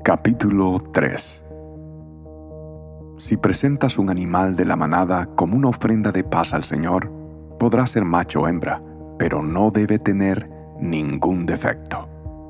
Capítulo 3. Si presentas un animal de la manada como una ofrenda de paz al Señor, podrá ser macho o hembra, pero no debe tener ningún defecto.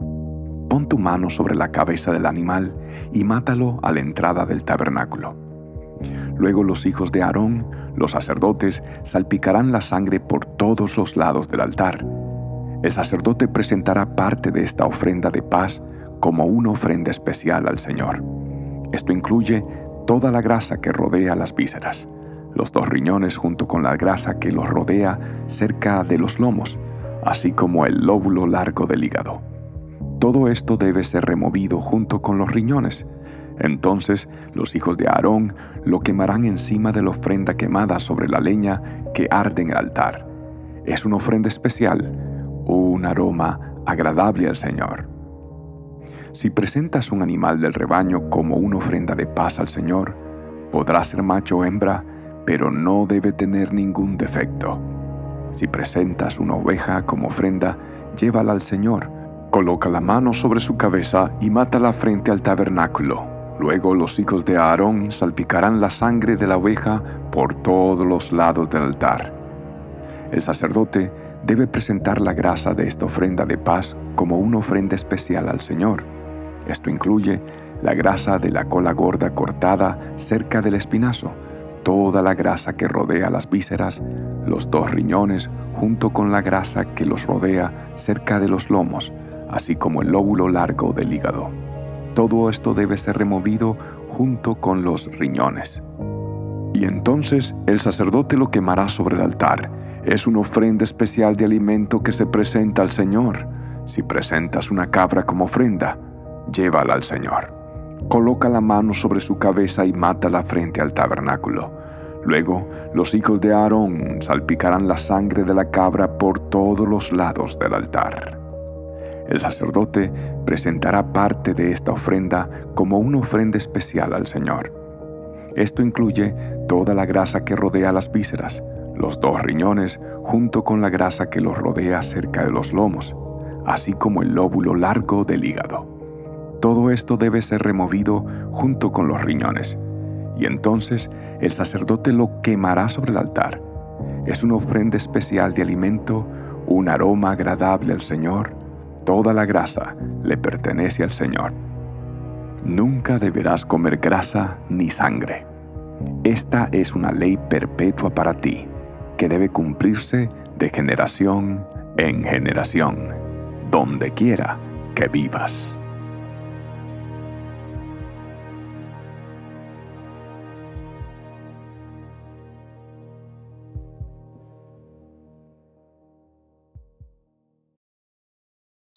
Pon tu mano sobre la cabeza del animal y mátalo a la entrada del tabernáculo. Luego los hijos de Aarón, los sacerdotes, salpicarán la sangre por todos los lados del altar. El sacerdote presentará parte de esta ofrenda de paz como una ofrenda especial al Señor. Esto incluye toda la grasa que rodea las vísceras, los 2 riñones junto con la grasa que los rodea cerca de los lomos, así como el lóbulo largo del hígado. Todo esto debe ser removido junto con los riñones. Entonces los hijos de Aarón lo quemarán encima de la ofrenda quemada sobre la leña que arde en el altar. Es una ofrenda especial, un aroma agradable al Señor. Si presentas un animal del rebaño como una ofrenda de paz al Señor, podrá ser macho o hembra, pero no debe tener ningún defecto. Si presentas una oveja como ofrenda, llévala al Señor, coloca la mano sobre su cabeza y mátala frente al tabernáculo. Luego los hijos de Aarón salpicarán la sangre de la oveja por todos los lados del altar. El sacerdote debe presentar la grasa de esta ofrenda de paz como una ofrenda especial al Señor. Esto incluye la grasa de la cola gorda cortada cerca del espinazo, toda la grasa que rodea las vísceras, los 2 riñones junto con la grasa que los rodea cerca de los lomos, así como el lóbulo largo del hígado. Todo esto debe ser removido junto con los riñones. Y entonces el sacerdote lo quemará sobre el altar. Es una ofrenda especial de alimento que se presenta al Señor. Si presentas una cabra como ofrenda, llévala al Señor. Coloca la mano sobre su cabeza y mátala frente al tabernáculo. Luego, los hijos de Aarón salpicarán la sangre de la cabra por todos los lados del altar. El sacerdote presentará parte de esta ofrenda como una ofrenda especial al Señor. Esto incluye toda la grasa que rodea las vísceras, los 2 riñones junto con la grasa que los rodea cerca de los lomos, así como el lóbulo largo del hígado. Todo esto debe ser removido junto con los riñones, y entonces el sacerdote lo quemará sobre el altar. Es una ofrenda especial de alimento, un aroma agradable al Señor. Toda la grasa le pertenece al Señor. Nunca deberás comer grasa ni sangre. Esta es una ley perpetua para ti, que debe cumplirse de generación en generación, donde quiera que vivas.